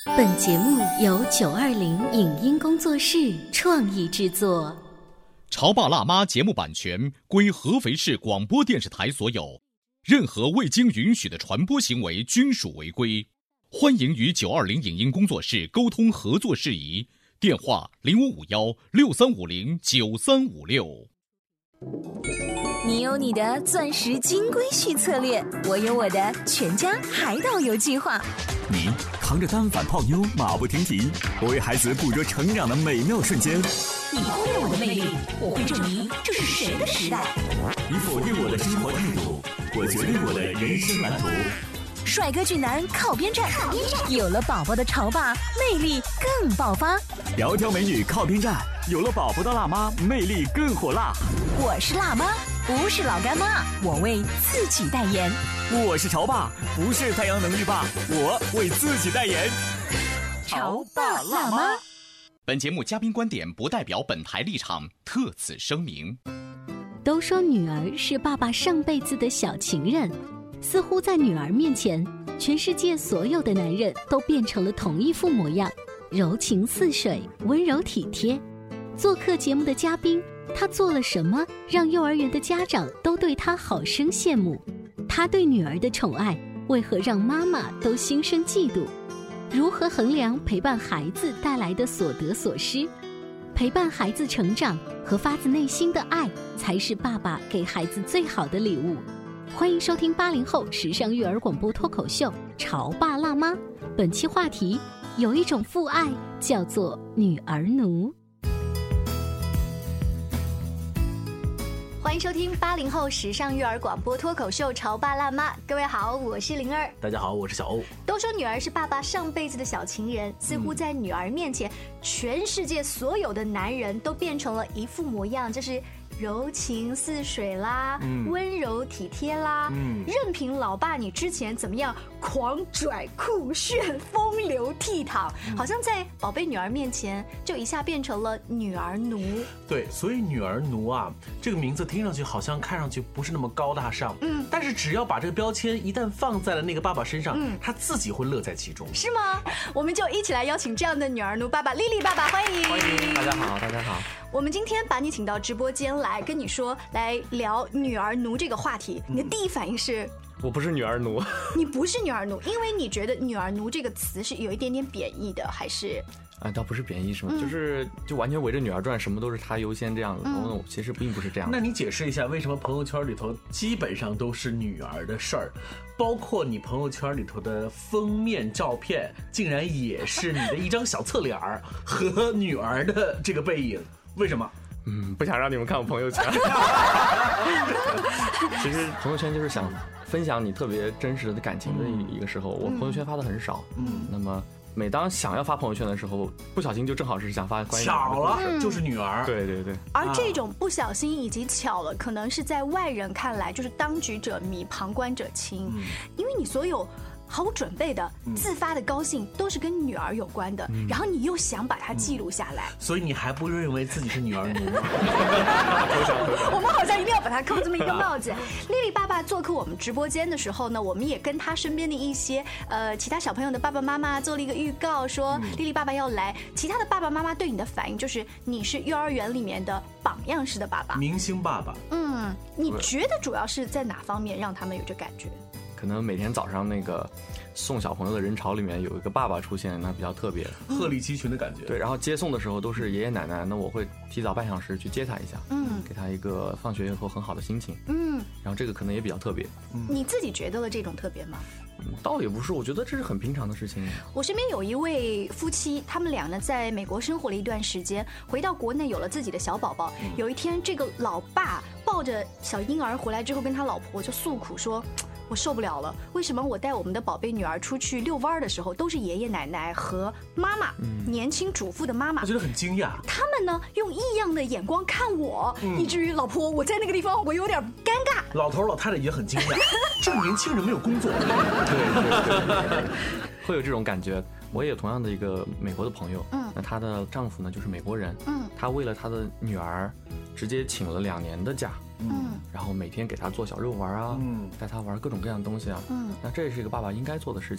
本节目由920影音工作室创意制作。 潮爸辣妈节目版权归合肥市广播电视台所有，任何未经允许的传播行为均属违规。欢迎与920影音工作室沟通合作事宜，电话055163509356。 你有你的钻石金龟婿策略，我有我的全家海岛游计划。 你扛着单反泡妞马不停蹄，我为孩子捕捉成长的美妙瞬间。 你忽略我的魅力，我会证明这是谁的时代。 你否定我的生活态度，我决定我的人生蓝图。 帅哥俊男靠边站，有了宝宝的潮爸魅力更爆发。 窈窕美女靠边站，有了宝宝的辣妈魅力更火辣。 我是辣妈，不是老干妈，我为自己代言。 我是潮爸，不是太阳能浴霸，我为自己代言。 潮爸辣妈。 本节目嘉宾观点不代表本台立场，特此声明。 都说女儿是爸爸上辈子的小情人，似乎在女儿面前，全世界所有的男人都变成了同一副模样，柔情似水，温柔体贴。做客节目的嘉宾，他做了什么让幼儿园的家长都对他好生羡慕？他对女儿的宠爱为何让妈妈都心生嫉妒？如何衡量陪伴孩子带来的所得所失？陪伴孩子成长和发自内心的爱，才是爸爸给孩子最好的礼物。欢迎收听80后时尚育儿广播脱口秀《潮爸辣妈》，本期话题：有一种父爱叫做女儿奴。 欢迎收听80后时尚育儿广播脱口秀《潮爸辣妈》，各位好，我是灵儿。 大家好，我是小欧。 都说女儿是爸爸上辈子的小情人，似乎在女儿面前，全世界所有的男人都变成了一副模样，就是柔情似水啦，温柔体贴啦，任凭老爸你之前怎么样狂拽酷炫风流倜傥，好像在宝贝女儿面前就一下变成了女儿奴。 对，所以女儿奴啊，这个名字听上去好像看上去不是那么高大上，但是只要把这个标签一旦放在了那个爸爸身上，他自己会乐在其中， 是吗？我们就一起来邀请这样的女儿奴爸爸，丽丽爸爸，欢迎。 欢迎，大家好，大家好。 我们今天把你请到直播间来，跟你说来聊女儿奴这个话题，你的第一反应是？ 我不是女儿奴。 你不是女儿奴，因为你觉得女儿奴这个词是有一点点贬义的，还是？ 倒不是贬义，是吗？就完全围着女儿转，什么都是她优先这样的。其实并不是这样。 那你解释一下，为什么朋友圈里头基本上都是女儿的事儿，包括你朋友圈里头的封面照片，竟然也是你的一张小侧脸和女儿的这个背影，为什么？ 不想让你们看我朋友圈。其实朋友圈就是想分享你特别真实的感情的一个时候。我朋友圈发的很少，那么每当想要发朋友圈的时候，不小心就正好是想发关于巧了，就是女儿。 对对对。 而这种不小心以及巧了，可能是在外人看来就是当局者迷，旁观者清，因为你所有毫无准备的自发的高兴都是跟女儿有关的，然后你又想把它记录下来， 所以你还不认为自己是女儿奴吗？ 我们好像一定要把它扣这么一个帽子。丽丽爸爸做客我们直播间的时候呢，我们也跟他身边的一些其他小朋友的爸爸妈妈做了一个预告，说丽丽爸爸要来。其他的爸爸妈妈对你的反应就是你是幼儿园里面的榜样式的爸爸， 明星爸爸。 你觉得主要是在哪方面让他们有这感觉？ 可能每天早上那个送小朋友的人潮里面有一个爸爸出现，那比较特别， 鹤立鸡群的感觉。 对，然后接送的时候都是爷爷奶奶，那我会提早半小时去接他一下，给他一个放学以后很好的心情，然后这个可能也比较特别。 你自己觉得了这种特别吗？ 倒也不是，我觉得这是很平常的事情。 我身边有一位夫妻，他们俩呢在美国生活了一段时间，回到国内有了自己的小宝宝。有一天，这个老爸抱着小婴儿回来之后，跟他老婆就诉苦说，我受不了了，为什么我带我们的宝贝女儿出去遛弯的时候，都是爷爷奶奶和妈妈，年轻主妇的妈妈？ 我觉得很惊讶。 他们呢用异样的眼光看我，以至于老婆我在那个地方我有点尴尬。 老头老太太也很惊讶，这个年轻人没有工作。 对，会有这种感觉。我也有同样的一个美国的朋友，那她的丈夫呢就是美国人，她为了她的女儿，直接请了2年的假，然后每天给她做小肉丸啊，带她玩各种各样的东西啊，那这是一个爸爸应该做的事情。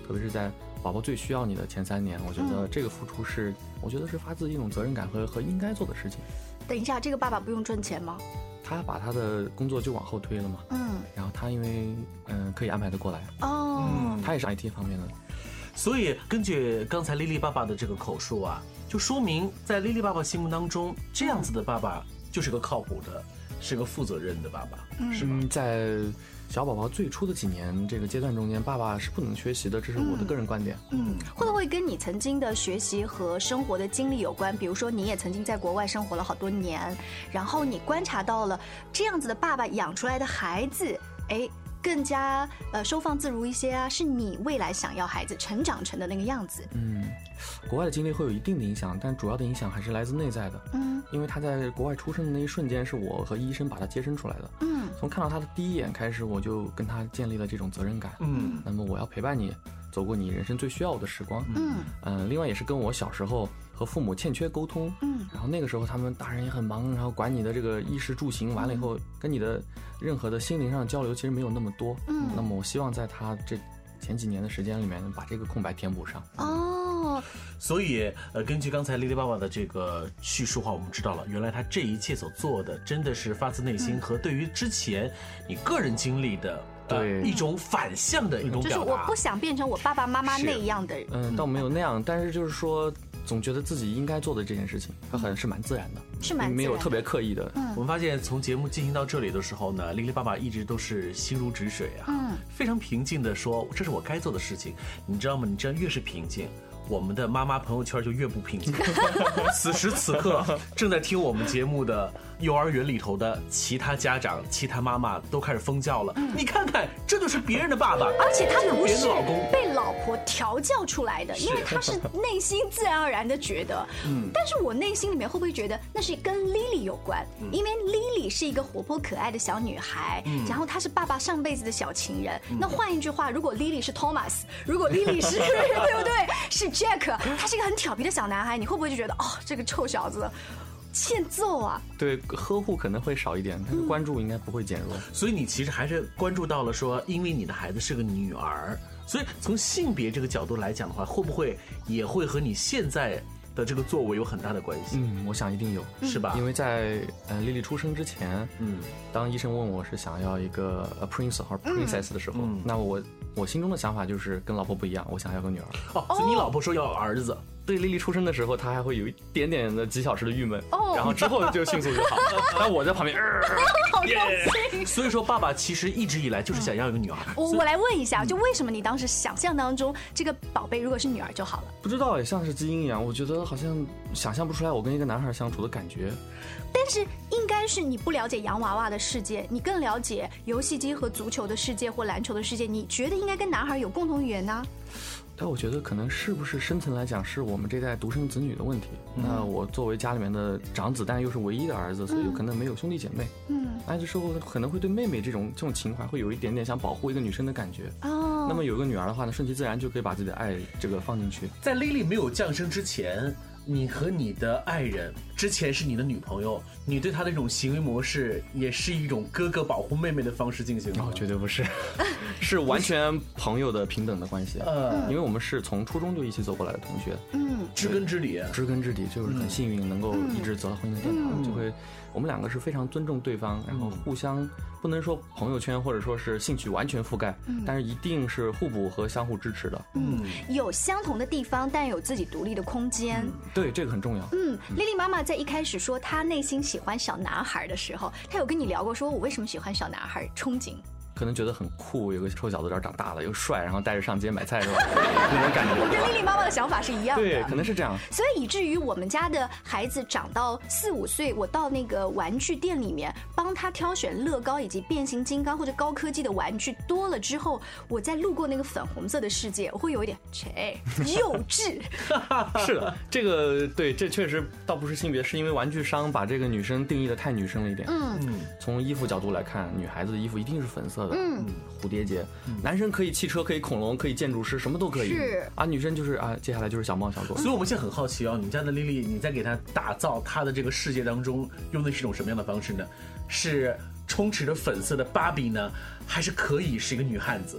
特别是在宝宝最需要你的前3年，我觉得这个付出是，我觉得是发自一种责任感和应该做的事情。 等一下，这个爸爸不用赚钱吗？ 他把他的工作就往后推了嘛，然后他因为可以安排得过来，他也是 IT 方面的， 所以根据刚才莉莉爸爸的这个口述啊，就说明在莉莉爸爸心目当中，这样子的爸爸就是个靠谱的，是个负责任的爸爸，是吧？ 在小宝宝最初的几年这个阶段中间，爸爸是不能缺席的，这是我的个人观点。 会不会跟你曾经的学习和生活的经历有关？比如说，你也曾经在国外生活了好多年，然后你观察到了这样子的爸爸养出来的孩子，更加收放自如一些啊，是你未来想要孩子成长成的那个样子。 国外的经历会有一定的影响，但主要的影响还是来自内在的。因为他在国外出生的那一瞬间，是我和医生把他接生出来的。从看到他的第一眼开始，我就跟他建立了这种责任感。那么我要陪伴你走过你人生最需要的时光。另外也是跟我小时候和父母欠缺沟通。然后那个时候他们大人也很忙，然后管你的这个衣食住行，完了以后跟你的任何的心灵上的交流其实没有那么多。那么我希望在他这前几年的时间里面把这个空白填补上。 所以根据刚才莉莉爸爸的这个叙述话，我们知道了原来他这一切所做的真的是发自内心和对于之前你个人经历的一种反向的一种表达， 就是我不想变成我爸爸妈妈那样的人。 倒没有那样，但是就是说总觉得自己应该做的这件事情，它是蛮自然的， 是蛮自然的， 没有特别刻意的。 我们发现从节目进行到这里的时候呢，莉莉爸爸一直都是心如止水啊，非常平静的说这是我该做的事情。你知道吗？你这样越是平静，我们的妈妈朋友圈就越不平静。此时此刻正在听我们节目的幼儿园里头的其他家长、其他妈妈都开始疯叫了。你看看，这就是别人的爸爸， 而且他不是老公被老婆调教出来的，因为他是内心自然而然的觉得。但是我内心里面会不会觉得那是跟 Lily 有关？因为 Lily 是一个活泼可爱的小女孩，然后她是爸爸上辈子的小情人。那换一句话，如果 Lily 是 Thomas， 如果 Lily 是对不对？是 Jack， 他是一个很调皮的小男孩，你会不会就觉得这个臭小子欠揍啊？ 对，呵护可能会少一点，但是关注应该不会减弱。 所以你其实还是关注到了说，因为你的孩子是个女儿，所以从性别这个角度来讲的话，会不会也会和你现在的这个作为有很大的关系？ 我想一定有， 是吧？ 因为在莉莉出生之前，当医生问我是想要一个 prince 或者 princess 的时候，那我心中的想法就是跟老婆不一样，我想要个女儿。 所以你老婆说要儿子。 对，莉莉出生的时候，她还会有一点点的几小时的郁闷，然后之后就迅速就好。但我在旁边， 好高兴。 所以说，爸爸其实一直以来就是想要一个女儿。 我来问一下，就为什么你当时想象当中这个宝贝如果是女儿就好了？ 不知道，也像是基因一样，我觉得好像想象不出来我跟一个男孩相处的感觉。 但是应该是你不了解洋娃娃的世界，你更了解游戏机和足球的世界或篮球的世界，你觉得应该跟男孩有共同语言呢？ 但我觉得可能是不是深层来讲是我们这代独生子女的问题。那我作为家里面的长子，但又是唯一的儿子，所以有可能没有兄弟姐妹。那这时候可能会对妹妹这种情怀会有一点点想保护一个女生的感觉。那么有一个女儿的话呢，顺其自然就可以把自己的爱这个放进去。 在 Lily 没有降生之前，你和你的爱人之前是你的女朋友，你对她的这种行为模式也是一种哥哥保护妹妹的方式进行的吗？ 绝对不是，是完全朋友的平等的关系。因为我们是从初中就一起走过来的同学。 知根知底， 知根知底，就是很幸运能够一直走到婚姻的殿堂。就会我们两个是非常尊重对方，然后互相不能说朋友圈或者说是兴趣完全覆盖，但是一定是互补和相互支持的。 有相同的地方，但有自己独立的空间。 对，这个很重要。 莉莉妈妈在一开始说她内心喜欢小男孩的时候，她有跟你聊过说我为什么喜欢小男孩，憧憬。 可能觉得很酷，有个臭小子这儿长大了又帅，然后带着上街买菜是吧？那种感觉。 我跟莉莉妈妈的想法是一样的。 对，可能是这样。 所以以至于我们家的孩子长到4、5岁，我到那个玩具店里面帮他挑选乐高以及变形金刚或者高科技的玩具多了之后，我在路过那个粉红色的世界，我会有一点幼稚。 是的，这个对，这确实倒不是性别，是因为玩具商把这个女生定义的太女生了一点。从衣服角度来看，女孩子的衣服一定是粉色的。蝴蝶结，男生可以汽车，可以恐龙，可以建筑师，什么都可以。 是啊， 女生就是接下来就是小猫小狗。 所以我们现在很好奇你们家的莉莉，你在给她打造她的这个世界当中，用的是一种什么样的方式呢？是充斥着粉色的芭比呢，还是可以是一个女汉子？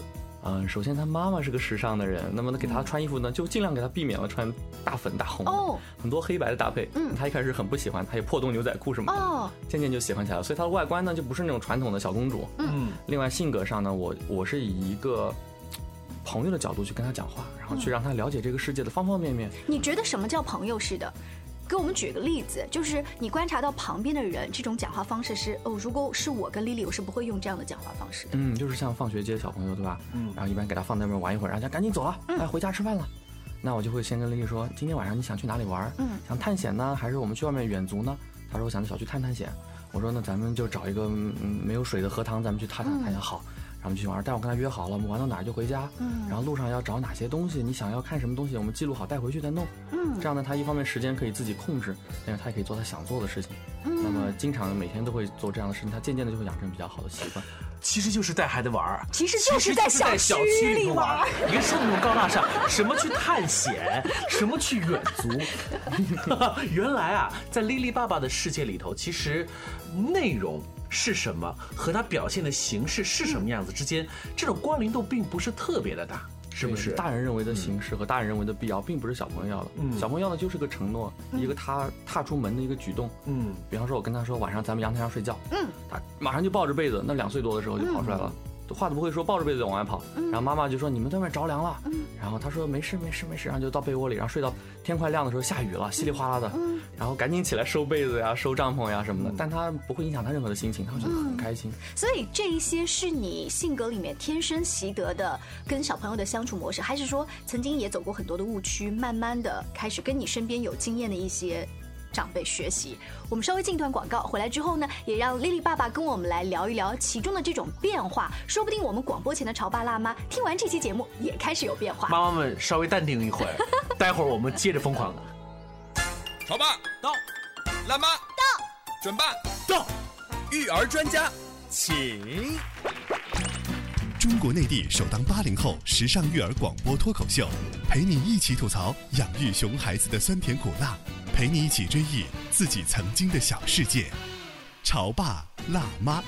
首先他妈妈是个时尚的人，那么给他穿衣服呢，就尽量给他避免了穿大粉大红，很多黑白的搭配。他一开始很不喜欢，他有破洞牛仔裤什么的，渐渐就喜欢起来了。所以他的外观呢，就不是那种传统的小公主。另外性格上呢，我是以一个朋友的角度去跟他讲话，然后去让他了解这个世界的方方面面。 你觉得什么叫朋友式的？给我们举个例子，就是你观察到旁边的人这种讲话方式是如果是我跟 Lily， 我是不会用这样的讲话方式的。 就是像放学接小朋友，对吧？然后一般给他放在那边玩一会儿，然后他赶紧走了，回家吃饭了。那我就会先跟 Lily 说，今天晚上你想去哪里玩？想探险呢，还是我们去外面远足呢？他说我想在小区探探险。我说那咱们就找一个没有水的河塘，咱们去探险好。然后我们去玩，但我跟他约好了，我们玩到哪儿就回家。然后路上要找哪些东西，你想要看什么东西，我们记录好带回去再弄。这样呢，他一方面时间可以自己控制，另外他也可以做他想做的事情。那么经常每天都会做这样的事情，他渐渐的就会养成比较好的习惯。 其实就是带孩子玩， 其实就是在小区里玩。 你看说那么高大上，什么去探险，什么去远足。原来啊，在 Lily 爸爸的世界里头，其实内容是什么和他表现的形式是什么样子之间，这种关联度并不是特别的大。是不是大人认为的形式和大人认为的必要，并不是小朋友要的。小朋友要的就是个承诺，一个他踏出门的一个举动。比方说我跟他说晚上咱们阳台上睡觉，他马上就抱着被子，那2岁多的时候就跑出来了，话都不会说，抱着被子就往外跑。然后妈妈就说你们在外面着凉了，然后他说没事，然后就到被窝里，然后睡到天快亮的时候下雨了，稀里哗啦的，然后赶紧起来收被子呀、收帐篷呀什么的，但他不会影响他任何的心情，他会觉得很开心。 所以这一些是你性格里面天生习得的跟小朋友的相处模式，还是说曾经也走过很多的误区，慢慢的开始跟你身边有经验的一些长辈学习？我们稍微进一段广告，回来之后呢，也让 Lily 爸爸跟我们来聊一聊其中的这种变化，说不定我们广播前的潮爸辣妈听完这期节目也开始有变化。 妈妈们稍微淡定一会儿，待会儿我们接着疯狂。 潮爸到，辣妈到， 准爸到，育儿专家请。 中国内地首档80后时尚育儿广播脱口秀，陪你一起吐槽养育熊孩子的酸甜苦辣，陪你一起追忆自己曾经的小世界。潮爸辣妈，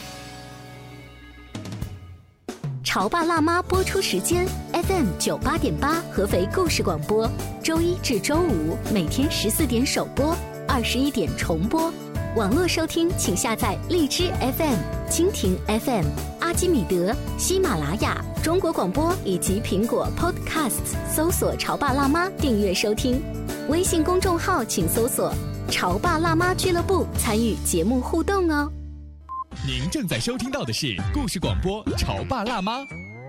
潮爸辣妈播出时间 FM 98.8合肥故事广播，周一至周五每天14点首播，21点重播。网络收听请下载荔枝 FM、蜻蜓 FM、阿基米德、喜马拉雅、中国广播以及苹果 Podcasts 搜索潮爸辣妈订阅收听。微信公众号请搜索潮爸辣妈俱乐部，参与节目互动哦。 您正在收听到的是故事广播潮爸辣妈。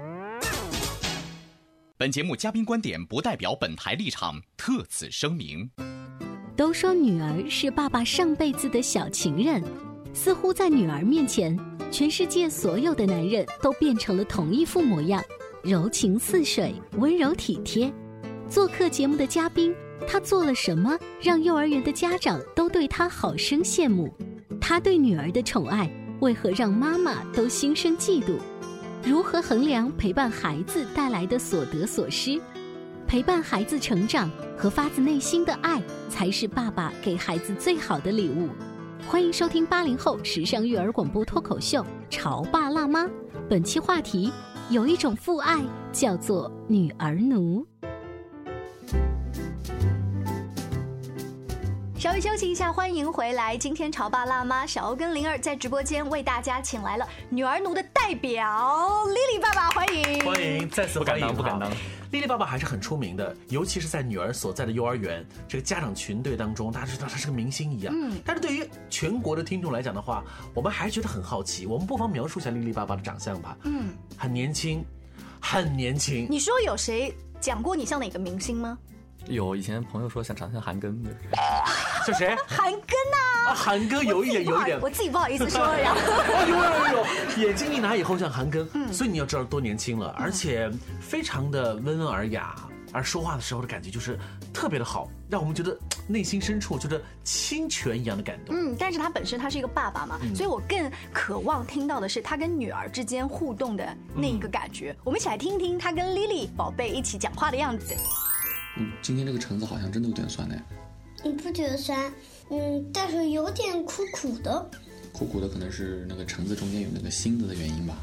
本节目嘉宾观点不代表本台立场，特此声明。 都说女儿是爸爸上辈子的小情人，似乎在女儿面前，全世界所有的男人都变成了同一副模样，柔情似水，温柔体贴。做客节目的嘉宾，他做了什么让幼儿园的家长都对他好生羡慕？他对女儿的宠爱为何让妈妈都心生嫉妒？如何衡量陪伴孩子带来的所得所失？陪伴孩子成长和发自内心的爱，才是爸爸给孩子最好的礼物。欢迎收听80后时尚育儿广播脱口秀《潮爸辣妈》，本期话题：有一种父爱叫做女儿奴。 稍微休息一下，欢迎回来。今天潮爸辣妈小欧跟灵儿在直播间为大家请来了女儿奴的代表 Lily 爸爸，欢迎欢迎，再次欢迎。 不敢当。 Lily 爸爸还是很出名的，尤其是在女儿所在的幼儿园这个家长群队当中，大家知道他是个明星一样。但是对于全国的听众来讲的话，我们还是觉得很好奇。我们不妨描述一下 Lily 爸爸的长相吧。很年轻，很年轻。 你说有谁讲过你像哪个明星吗？ 有，以前朋友说想长像韩庚， 是谁？ 韩庚啊！ 韩庚有一点， 我自己不好意思说了呀。 有，眼睛一拿以后像韩庚，所以你要知道多年轻了，而且非常的温文尔雅，而说话的时候的感觉就是特别的好，让我们觉得内心深处觉得清泉一样的感动。 但是他本身他是一个爸爸嘛，所以我更渴望听到的是他跟女儿之间互动的那一个感觉。我们一起来听听他跟 Lily 宝贝一起讲话的样子。 今天这个橙子好像真的有点酸呢。 你不觉得酸？但是有点苦苦的。 苦苦的可能是那个橙子中间有那个芯子的原因吧。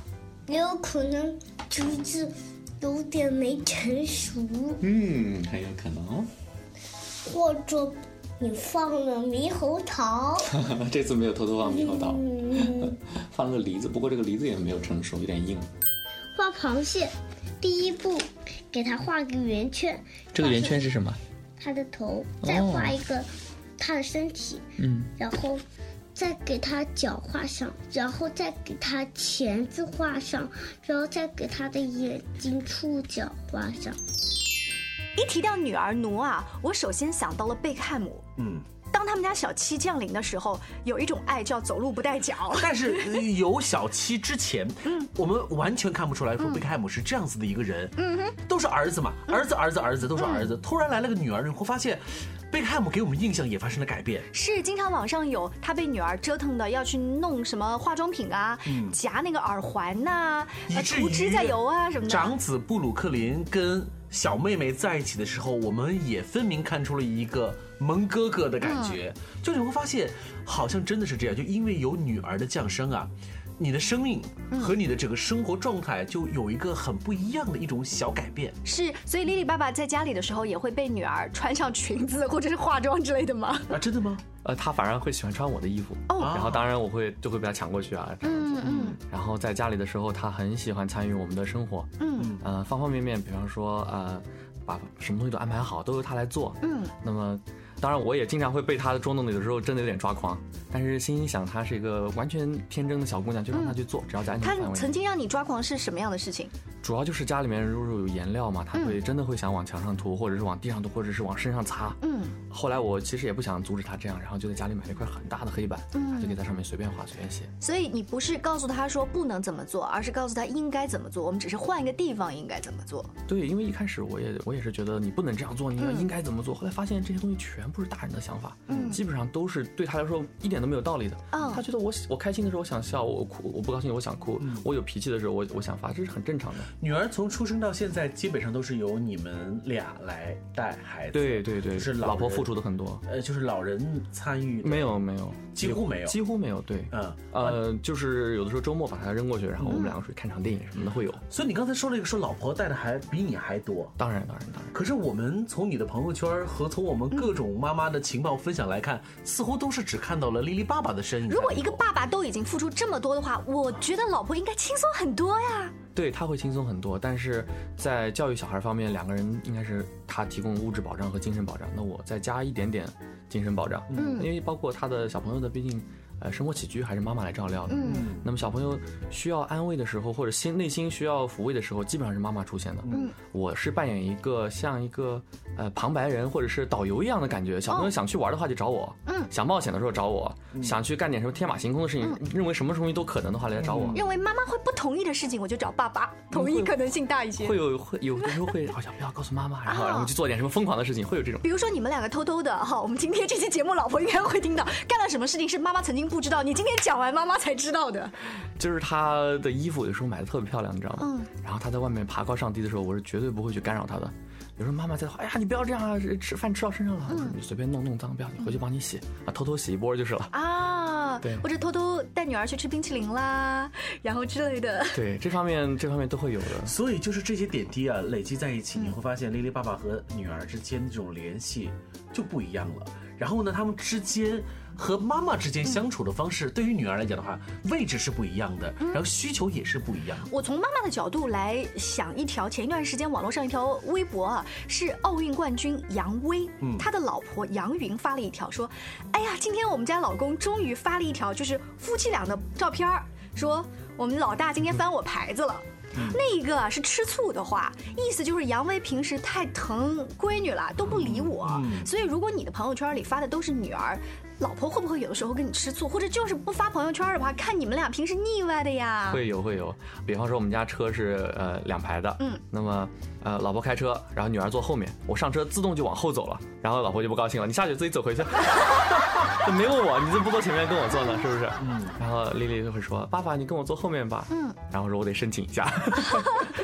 也有可能橘子有点没成熟， 很有可能。 或者你放了猕猴桃， 这次没有偷偷放猕猴桃，放了个梨子，不过这个梨子也没有成熟，有点硬。 画螃蟹，第一步给它画个圆圈， 这个圆圈是什么？ 它的头，再画一个它的身体，然后再给它脚画上，然后再给它钳子画上，然后再给它的眼睛、触角画上。 一提到女儿奴啊，我首先想到了贝克汉姆。当他们家小七降临的时候，有一种爱叫走路不带脚。 但是有小七之前，我们完全看不出来说贝克汉姆是这样子的一个人。都是儿子嘛，儿子都是儿子。突然来了个女儿，你会发现贝克汉姆给我们印象也发生了改变。 是，经常网上有他被女儿折腾的要去弄什么化妆品啊，夹那个耳环呐，涂指甲油啊什么的。 长子布鲁克林跟小妹妹在一起的时候，我们也分明看出了一个萌哥哥的感觉。就你会发现，好像真的是这样，就因为有女儿的降生啊，你的生命和你的整个生活状态就有一个很不一样的一种小改变。 是，所以莉莉爸爸在家里的时候也会被女儿穿上裙子或者是化妆之类的吗？ 啊，真的吗？ 他反而会喜欢穿我的衣服，然后当然我就会被他抢过去啊，这样子。然后在家里的时候，他很喜欢参与我们的生活，方方面面，比方说把什么东西都安排好，都由他来做。那么当然我也经常会被他的捉弄的，有时候真的有点抓狂，但是心想她是一个完全天真的小姑娘，就让她去做，只要在安全范围内。 他曾经让你抓狂是什么样的事情？ 主要就是家里面如果有颜料嘛，他会真的会想往墙上涂，或者是往地上涂，或者是往身上擦。后来我其实也不想阻止他这样，然后就在家里买了一块很大的黑板，他就可以在上面随便画随便写。 所以你不是告诉他说不能怎么做，而是告诉他应该怎么做，我们只是换一个地方应该怎么做。 对，因为一开始我也是觉得你不能这样做，你要应该怎么做。后来发现这些东西全部是大人的想法，基本上都是对他来说一点都没有道理的。他觉得我开心的时候我想笑，我哭，我不高兴我想哭，我有脾气的时候我想发，这是很正常的。 女儿从出生到现在基本上都是由你们俩来带孩子。 对对对， 就是老婆付出的很多。 就是老人参与没有， 几乎没有， 几乎没有。对，就是有的时候周末把他扔过去，然后我们两个出去看场电影什么的会有。 所以你刚才说了一个说老婆带的还比你还多。 当然。 可是我们从你的朋友圈和从我们各种妈妈的情报分享来看，似乎都是只看到了莉莉爸爸的身影。 如果一个爸爸都已经付出这么多的话，我觉得老婆应该轻松很多呀。 对，他会轻松很多，但是在教育小孩方面，两个人应该是他提供物质保障和精神保障，那我再加一点点精神保障。因为包括他的小朋友的，毕竟生活起居还是妈妈来照料的。那么小朋友需要安慰的时候，或者内心需要抚慰的时候，基本上是妈妈出现的。我是扮演一个像一个旁白人或者是导游一样的感觉。小朋友想去玩的话就找我，想冒险的时候找我，想去干点什么天马行空的事情，认为什么东西都可能的话来找我。 认为妈妈会不同意的事情，我就找爸爸，同意可能性大一些。 会有的时候会好像不要告诉妈妈，然后我们去做点什么疯狂的事情，会有这种。 比如说你们两个偷偷的哈，我们今天这期节目老婆应该会听到，干了什么事情是妈妈曾经不知道，你今天讲完妈妈才知道的。 就是他的衣服有时候买的特别漂亮，你知道吗？然后他在外面爬高上低的时候，我是绝对不会去干扰他的。有时候妈妈在说，哎呀，你不要这样啊，吃饭吃到身上了，你随便弄脏，不要紧，回去帮你洗啊，偷偷洗一波就是了啊。 对， 或者偷偷带女儿去吃冰淇淋啦，然后之类的。 对，这方面都会有的。 所以就是这些点滴啊，累积在一起，你会发现莉莉爸爸和女儿之间这种联系就不一样了。然后呢，他们之间和妈妈之间相处的方式，对于女儿来讲的话，位置是不一样的，然后需求也是不一样的。 我从妈妈的角度来想一条，前一段时间网络上一条微博啊，是奥运冠军杨威，他的老婆杨云发了一条说，哎呀，今天我们家老公终于发了一条就是夫妻俩的照片，说我们老大今天翻我牌子了。那一个是吃醋的话，意思就是杨威平时太疼闺女了，都不理我。所以如果你的朋友圈里发的都是女儿，老婆会不会有的时候跟你吃醋，或者就是不发朋友圈的话，看你们俩平时腻歪的呀？ 会有，比方说我们家车是2排的，那么老婆开车，然后女儿坐后面，我上车自动就往后走了，然后老婆就不高兴了，你下去自己走回去，没问我，你怎么不坐前面跟我坐呢？是不是？然后丽丽就会说，爸爸你跟我坐后面吧，然后说我得申请一下。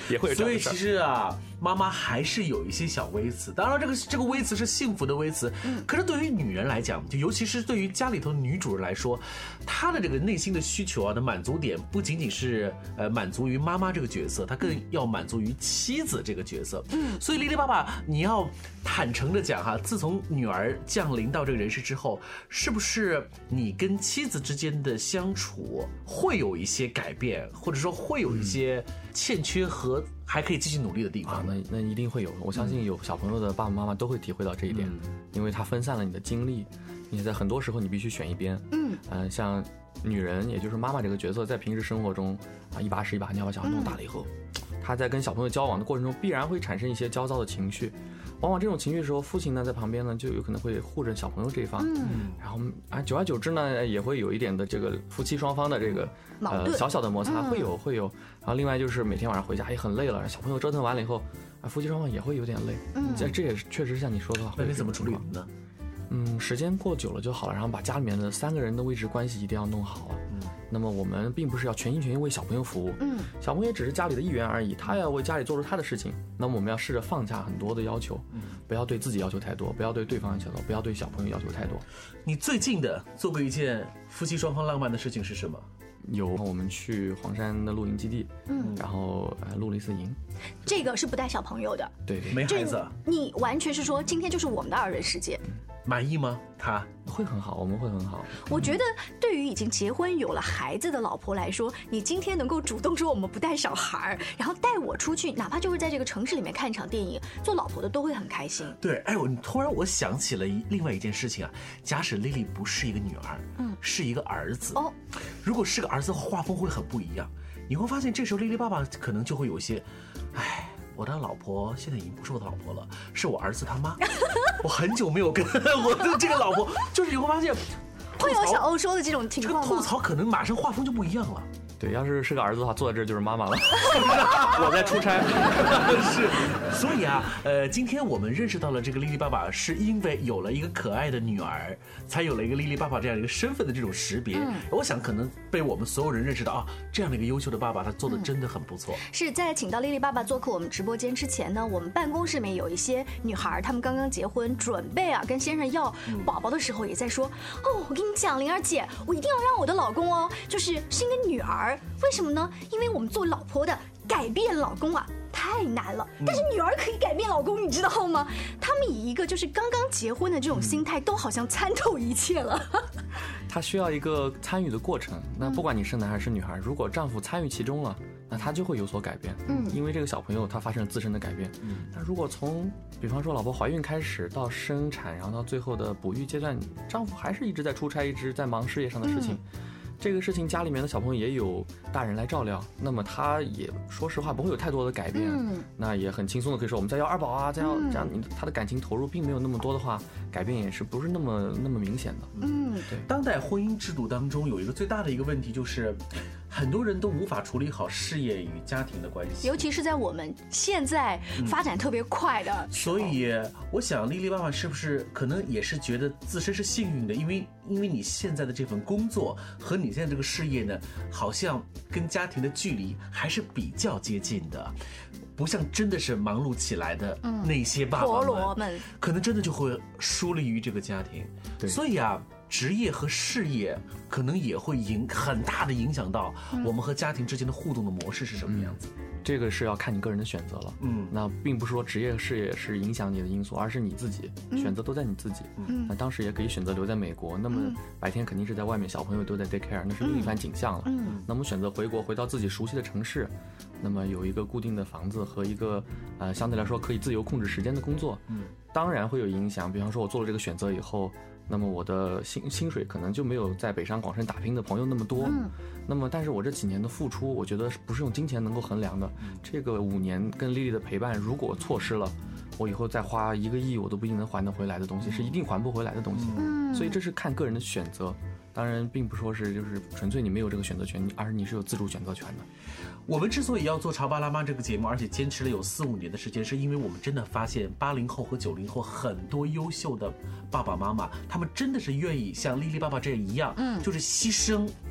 也会有这样的事儿。 所以其实啊，妈妈还是有一些小微词，当然这个微词是幸福的微词。可是对于女人来讲，就尤其是对于家里头的女主人来说，她的这个内心的需求啊的满足点不仅仅是满足于妈妈这个角色，她更要满足于妻子这个角色。所以莉莉爸爸，你要坦诚的讲哈，自从女儿降临到这个人世之后，是不是你跟妻子之间的相处会有一些改变，或者说会有一些欠缺和还可以继续努力的地方？ 那一定会有，我相信有小朋友的爸爸妈妈都会体会到这一点，因为它分散了你的精力，并且在很多时候你必须选一边。像女人，也就是妈妈这个角色，在平时生活中啊，一把屎一把尿把小孩弄大了以后，她在跟小朋友交往的过程中，必然会产生一些焦躁的情绪。往往这种情绪的时候，父亲呢在旁边呢，就有可能会护着小朋友这一方，然后久而久之呢，也会有一点的这个夫妻双方的这个小小的摩擦，会有。然后另外就是每天晚上回家也很累了，小朋友折腾完了以后，夫妻双方也会有点累。这也确实像你说的话。 那你怎么处理呢？ 时间过久了就好了，然后把家里面的3个人的位置关系一定要弄好。那么我们并不是要全心全意为小朋友服务，小朋友也只是家里的一员而已，他要为家里做出他的事情。那么我们要试着放下很多的要求，不要对自己要求太多，不要对对方要求太多，不要对小朋友要求太多。 你最近的做过一件夫妻双方浪漫的事情是什么？ 有，我们去黄山的露营基地，然后露了一次营。 这个是不带小朋友的， 对， 没孩子， 你完全是说今天就是我们的2人世界。 满意吗？他会很好，我们会很好。 我觉得对于已经结婚有了孩子的老婆来说，你今天能够主动说我们不带小孩，然后带我出去，哪怕就是在这个城市里面看一场电影，做老婆的都会很开心。 对，突然我想起了另外一件事情啊，假使莉莉不是一个女儿，是一个儿子，如果是个儿子，画风会很不一样。你会发现这时候莉莉爸爸可能就会有些，我的老婆现在已经不是我的老婆了，是我儿子他妈。我很久没有跟我的这个老婆，就是你会发现， 会有小欧说的这种情况吗？ 这个吐槽可能马上画风就不一样了。 对，要是个儿子的话，坐在这儿就是妈妈了。我在出差。 是，所以啊，今天我们认识到了这个莉莉爸爸，是因为有了一个可爱的女儿，才有了一个莉莉爸爸这样一个身份的这种识别。我想可能被我们所有人认识到啊，这样的一个优秀的爸爸，他做的真的很不错。 是在请到莉莉爸爸做客我们直播间之前呢，我们办公室里面有一些女孩，她们刚刚结婚，准备啊跟先生要宝宝的时候，也在说，我跟你讲，灵儿姐，我一定要让我的老公就是生个女儿。为什么呢？因为我们做老婆的改变老公啊太难了，但是女儿可以改变老公，你知道吗？他们以一个就是刚刚结婚的这种心态，都好像参透一切了。 他需要一个参与的过程，那不管你是男孩是女孩，如果丈夫参与其中了，那他就会有所改变。因为这个小朋友他发生了自身的改变。那如果从比方说老婆怀孕开始到生产，然后到最后的哺育阶段，丈夫还是一直在出差，一直在忙事业上的事情。这个事情家里面的小朋友也有大人来照料，那么他也说实话不会有太多的改变，那也很轻松的可以说我们再要2宝啊，这样他的感情投入并没有那么多的话，改变也是不是那么明显的。 对。当代婚姻制度当中有一个最大的一个问题，就是很多人都无法处理好事业与家庭的关系， 尤其是在我们现在发展特别快的。 所以我想莉莉爸爸是不是可能也是觉得自身是幸运的，因为你现在的这份工作和你现在这个事业呢，好像跟家庭的距离还是比较接近的，不像真的是忙碌起来的那些爸爸婆罗们， 可能真的就会疏离于这个家庭。所以啊，职业和事业可能也会很大的影响到我们和家庭之间的互动的模式是什么样子。 这个是要看你个人的选择了。那并不是说职业和事业是影响你的因素，而是你自己选择都在你自己。那当时也可以选择留在美国，那么白天肯定是在外面，小朋友都在 daycare， 那是另一番景象了。那么选择回国，回到自己熟悉的城市，那么有一个固定的房子和一个相对来说可以自由控制时间的工作，当然会有影响。比方说我做了这个选择以后，那么我的薪水可能就没有在北上广深打拼的朋友那么多。那么但是我这几年的付出，我觉得不是用金钱能够衡量的。这个5年跟莉莉的陪伴，如果错失了，我以后再花1个亿我都不一定能还得回来的东西，是一定还不回来的东西。所以这是看个人的选择，当然并不说是就是纯粹你没有这个选择权，而是你是有自主选择权的。 我们之所以要做潮爸辣妈这个节目，而且坚持了有4-5年的时间，是因为我们真的发现80后和90后很多优秀的爸爸妈妈，他们真的是愿意像莉莉爸爸这样一样，就是牺牲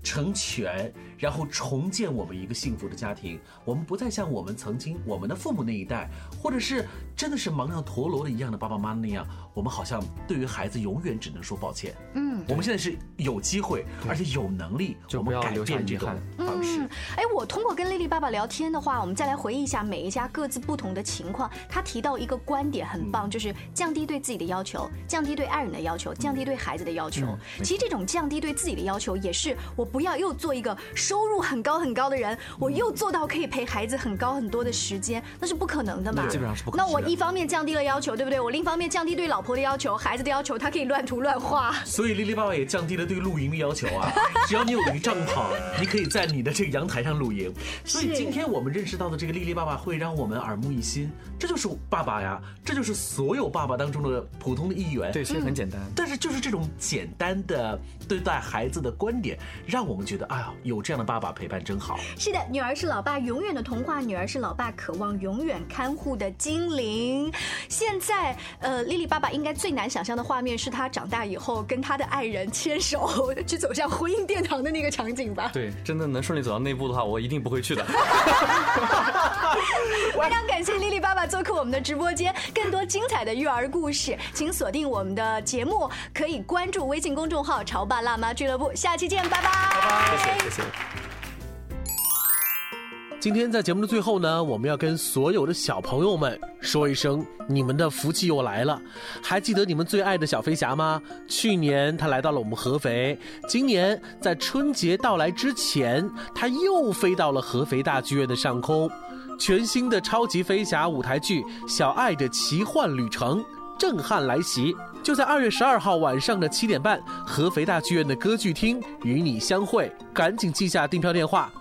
成全，然后重建我们一个幸福的家庭。我们不再像我们曾经我们的父母那一代，或者是真的是忙像陀螺的一样的爸爸妈妈那样，我们好像对于孩子永远只能说抱歉。我们现在是有机会，而且有能力， 就不要留下遗憾方式。 我通过跟丽丽爸爸聊天的话，我们再来回忆一下每一家各自不同的情况。他提到一个观点很棒，就是降低对自己的要求，降低对爱人的要求，降低对孩子的要求。其实这种降低对自己的要求，也是我不要又做一个收入很高很高的人，我又做到可以陪孩子很高很多的时间，那是不可能的嘛。 基本上是不可能。 那我一方面降低了要求，对不对？我另一方面降低对老婆的要求、孩子的要求，他可以乱涂乱画。 所以丽丽爸爸也降低了对露营的要求啊，只要你有一帐篷，你可以在你的这个阳台上露营。所以今天我们认识到的这个丽丽爸爸会让我们耳目一新，这就是爸爸呀，这就是所有爸爸当中的普通的一员。 对，其实很简单， 但是就是这种简单的对待孩子的观点，让我们觉得哎呀，有这样的爸爸陪伴真好。 是的，女儿是老爸永远的童话，女儿是老爸渴望永远看护的精灵。现在丽丽爸爸应该最难想象的画面是他长大以后跟他的爱人牵手去走向婚姻殿堂的那个场景吧。 对，真的能顺利走到那一步的话，我一定不会去的。 非常感谢丽丽爸爸做客我们的直播间，更多精彩的育儿故事请锁定我们的节目，可以关注微信公众号潮爸辣妈俱乐部。下期见，拜拜。 拜拜，谢谢。 今天在节目的最后呢，我们要跟所有的小朋友们说一声，你们的福气又来了。还记得你们最爱的小飞侠吗？去年他来到了我们合肥，今年在春节到来之前，他又飞到了合肥大剧院的上空。全新的超级飞侠舞台剧《小爱的奇幻旅程》震撼来袭，就在2月12号晚上的7点半，合肥大剧院的歌剧厅与你相会。赶紧记下订票电话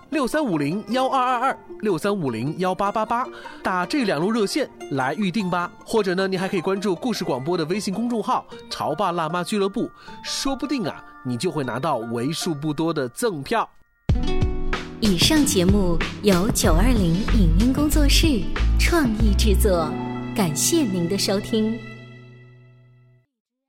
6350-1222，6350-1888，打这2路热线来预定吧。或者呢，你还可以关注故事广播的微信公众号潮爸辣妈俱乐部，说不定啊，你就会拿到为数不多的赠票。 以上节目由920影音工作室创意制作，感谢您的收听。